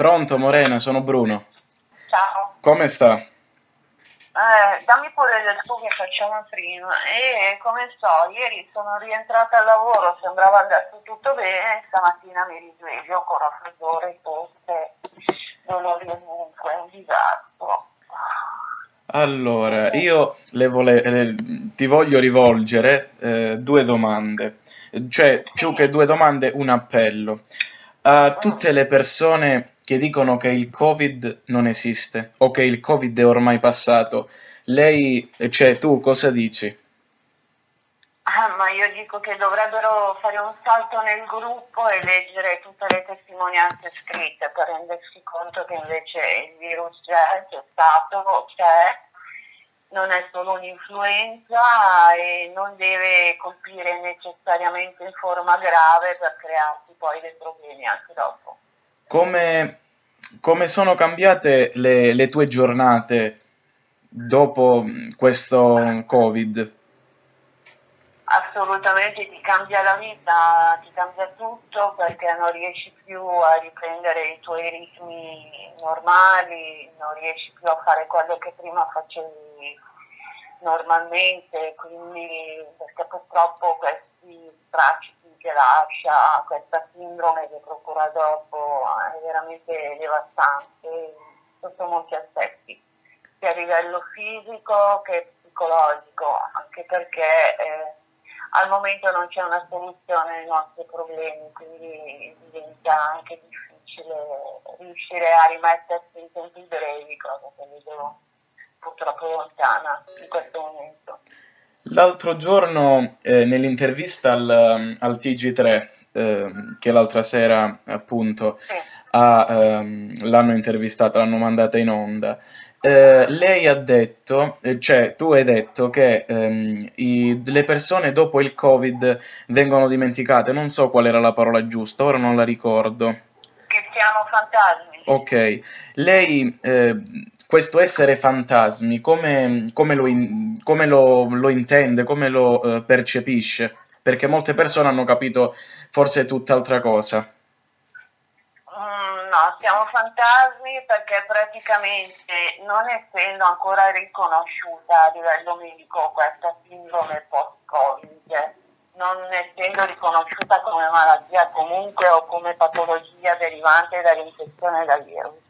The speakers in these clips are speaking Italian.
Pronto Morena, sono Bruno. Ciao, Come sta? dammi pure del tu che facciamo prima. E come so, ieri sono rientrata al lavoro, sembrava andasse tutto bene, stamattina mi risveglio con raffreddore, tosse, dolori ovunque, è un disastro. Allora, Quindi, io ti voglio rivolgere due domande, cioè più che sì, due domande, un appello. A mm. tutte le persone che dicono che il Covid non esiste o che il Covid è ormai passato, cioè tu cosa dici? Ma io dico che dovrebbero fare un salto nel gruppo e leggere tutte le testimonianze scritte per rendersi conto che invece il virus c'è stato, c'è, non è solo un'influenza e non deve colpire necessariamente in forma grave per crearsi poi dei problemi anche dopo. Come, come sono cambiate le tue giornate dopo questo Covid? Assolutamente ti cambia la vita, ti cambia tutto perché non riesci più a riprendere i tuoi ritmi normali, non riesci più a fare quello che prima facevi normalmente, quindi perché purtroppo questi strascichi che lascia, questa sindrome che procura dopo è veramente devastante sotto molti aspetti, sia a livello fisico che psicologico, anche perché al momento non c'è una soluzione ai nostri problemi, quindi diventa anche difficile riuscire a rimettersi in tempi brevi, cosa che vedo purtroppo lontana in questo momento. L'altro giorno, nell'intervista al TG3, che l'altra sera appunto Sì. l'hanno intervistata, l'hanno mandata in onda, lei ha detto, cioè tu hai detto che le persone dopo il Covid vengono dimenticate, non so qual era la parola giusta, ora non la ricordo. Che siamo fantasmi. Ok, lei, questo essere fantasmi, come lo intende, come lo percepisce? Perché molte persone hanno capito forse tutt'altra cosa. No, siamo fantasmi perché praticamente non essendo ancora riconosciuta a livello medico questa sindrome post-Covid, non essendo riconosciuta come malattia comunque o come patologia derivante dall'infezione da virus,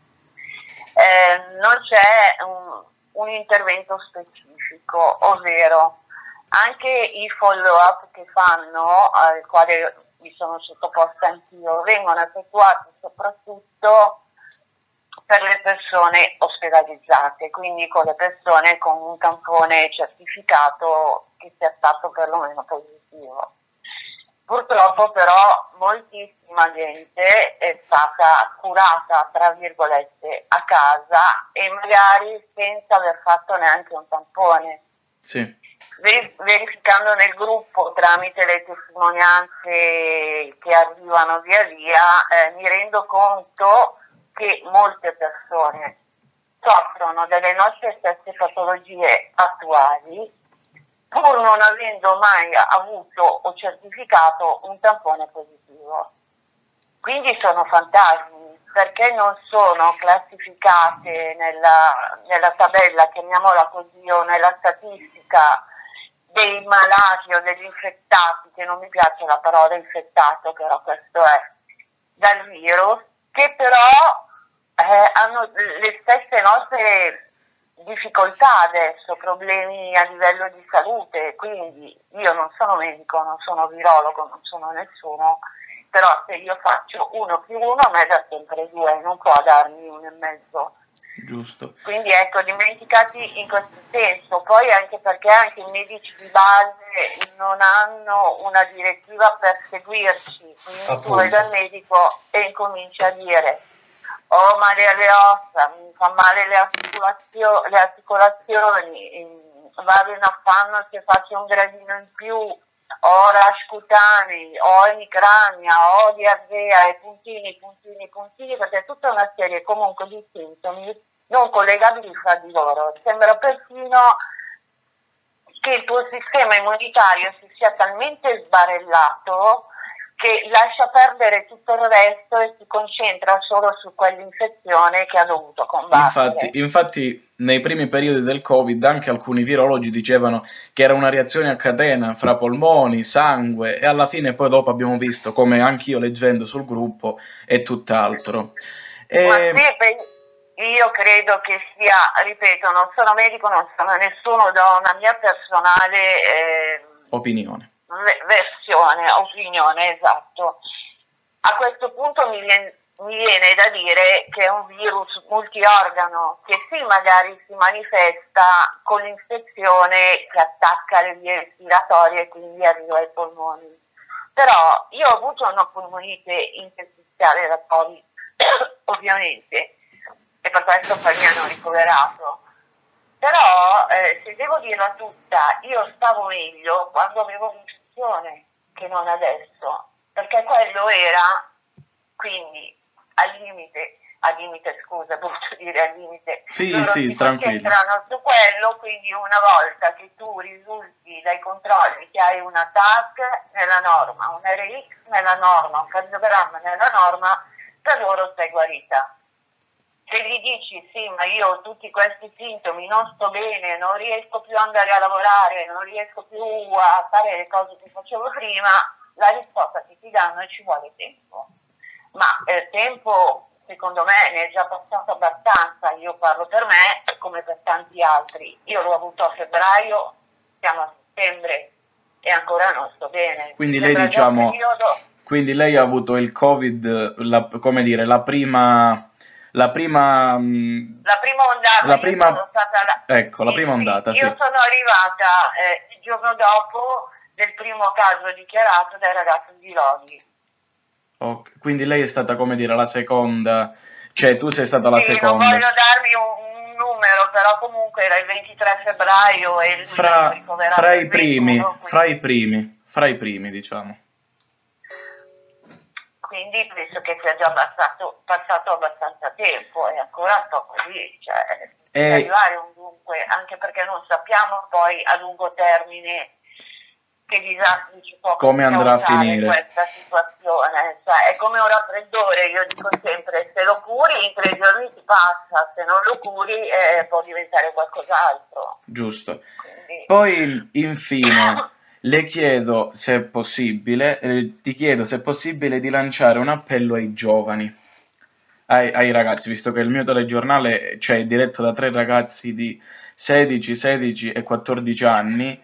non c'è un intervento specifico, ovvero anche i follow-up che fanno, al quale mi sono sottoposta anch'io, vengono effettuati soprattutto per le persone ospedalizzate, quindi con le persone con un tampone certificato che sia stato perlomeno positivo. Purtroppo però moltissima gente è stata curata, tra virgolette, a casa e magari senza aver fatto neanche un tampone. Sì. Verificando nel gruppo tramite le testimonianze che arrivano via via, mi rendo conto che molte persone soffrono delle nostre stesse patologie attuali pur non avendo mai avuto o certificato un tampone positivo. Quindi sono fantasmi, perché non sono classificate nella tabella, chiamiamola così, o nella statistica dei malati o degli infettati, che non mi piace la parola infettato, però questo è, dal virus, che però hanno le stesse nostre difficoltà adesso, problemi a livello di salute, quindi io non sono medico, non sono virologo, non sono nessuno, però se io faccio 1 più 1 a me dà sempre 2, non può darmi 1,5. Giusto. Quindi ecco, dimenticati in questo senso, poi anche perché anche i medici di base non hanno una direttiva per seguirci, quindi tu vai Appunto. dal medico e incominci a dire ho male alle ossa, mi fa male le articolazioni, vado in affanno se faccio un gradino in più, ho rash cutanei, ho emicrania, ho diarrea e puntini, puntini, puntini, perché è tutta una serie comunque di sintomi non collegabili fra di loro. Sembra persino che il tuo sistema immunitario si sia talmente sbarellato che lascia perdere tutto il resto e si concentra solo su quell'infezione che ha dovuto combattere. Infatti, nei primi periodi del Covid anche alcuni virologi dicevano che era una reazione a catena fra polmoni, sangue e alla fine poi dopo abbiamo visto, come anch'io leggendo sul gruppo, è tutt'altro. Ma sì, E io credo che sia, ripeto, non sono medico, non sono nessuno, do una mia personale opinione. opinione, esatto. A questo punto mi viene da dire che è un virus multiorgano, che sì, magari si manifesta con l'infezione che attacca le vie respiratorie e quindi arriva ai polmoni. Però io ho avuto una polmonite interstiziale da Covid, ovviamente, e per questo poi mi hanno ricoverato. Però, se devo dirla tutta, io stavo meglio quando avevo l'infezione che non adesso, perché quello era, quindi, al limite, scusa, posso dire al limite, Sì, loro sì, si tranquillo. concentrano su quello, quindi una volta che tu risulti dai controlli che hai una TAC nella norma, un RX nella norma, un cardiogramma nella norma, per loro sei guarita. Se gli dici sì, ma io ho tutti questi sintomi, non sto bene, non riesco più ad andare a lavorare, non riesco più a fare le cose che facevo prima, la risposta che ti danno è ci vuole tempo. Ma tempo, secondo me, ne è già passato abbastanza. Io parlo per me, come per tanti altri. Io l'ho avuto a febbraio, siamo a settembre e ancora non sto bene. Quindi lei, diciamo, quindi lei ha avuto il Covid, come dire, la prima ondata, la prima, sono stata ecco, la prima ondata, sì. Io sono arrivata il giorno dopo del primo caso dichiarato dai ragazzi di Lodi. Okay. Quindi lei è stata, come dire, la seconda, cioè tu sei stata la seconda. Non voglio darmi un numero, però comunque era il 23 febbraio e il fra i primi, diciamo. Quindi penso che sia già passato abbastanza tempo e ancora sto così, cioè arrivare un dunque, anche perché non sappiamo poi a lungo termine che disastri ci può come andrà a finire questa situazione, cioè, è come un raffreddore, io dico sempre, se lo curi in 3 giorni ti passa, se non lo curi può diventare qualcos'altro. Giusto. Quindi... Poi infine le chiedo se è possibile, ti chiedo se è possibile di lanciare un appello ai giovani, ai ragazzi, visto che il mio telegiornale, cioè, è diretto da 3 ragazzi di 16, 16 e 14 anni.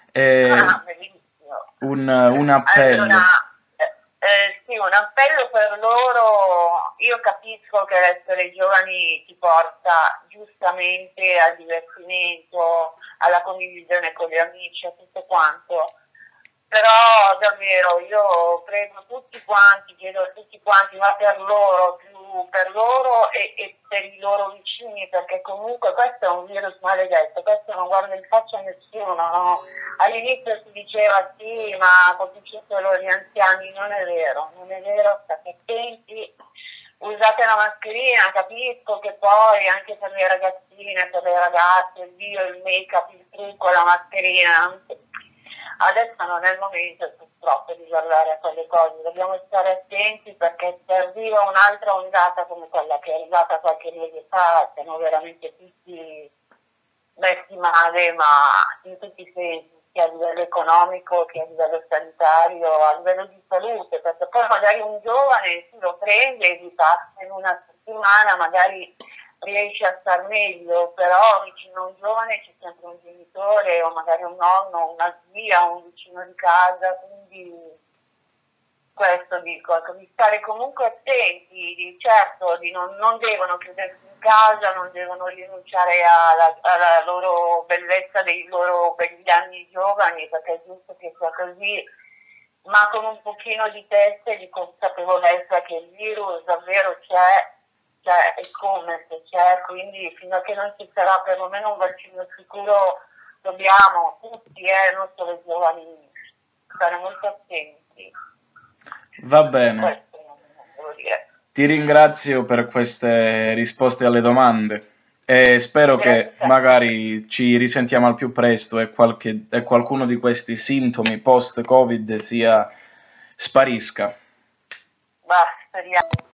Un appello. Allora, sì, un appello per loro. Io capisco che essere giovani ti porta giustamente al divertimento, alla condivisione con gli amici, a tutto quanto. Però davvero io prego tutti quanti, chiedo a tutti quanti, ma per loro, più per loro e per i loro vicini, perché comunque questo è un virus maledetto, questo non guarda in faccia a nessuno, no? All'inizio si diceva sì, ma colpiscono gli anziani, non è vero, state attenti, usate la mascherina, capisco che poi anche per le ragazzine, per le ragazze, il make-up, il trucco, la mascherina, adesso non è il momento purtroppo di guardare a quelle cose, dobbiamo stare attenti perché se arriva un'altra ondata come quella che è arrivata qualche mese fa, siamo veramente tutti messi male, ma in tutti i sensi, sia a livello economico che a livello sanitario, a livello di salute, perché poi magari un giovane si lo prende e gli passa in una settimana, magari riesce a star meglio, però vicino a un giovane c'è sempre un genitore o magari un nonno, una zia, un vicino di casa, quindi questo dico, ecco, di stare comunque attenti, certo non devono chiudersi in casa, non devono rinunciare alla loro bellezza dei loro begli anni giovani, perché è giusto che sia così, ma con un pochino di testa e di consapevolezza che il virus davvero c'è, è come se c'è, quindi fino a che non ci sarà perlomeno un vaccino sicuro dobbiamo tutti, non solo i giovani, stare molto attenti. Va bene, ti ringrazio per queste risposte alle domande e spero che magari ci risentiamo al più presto e qualcuno di questi sintomi post-Covid sia sparisca. Bah, speriamo.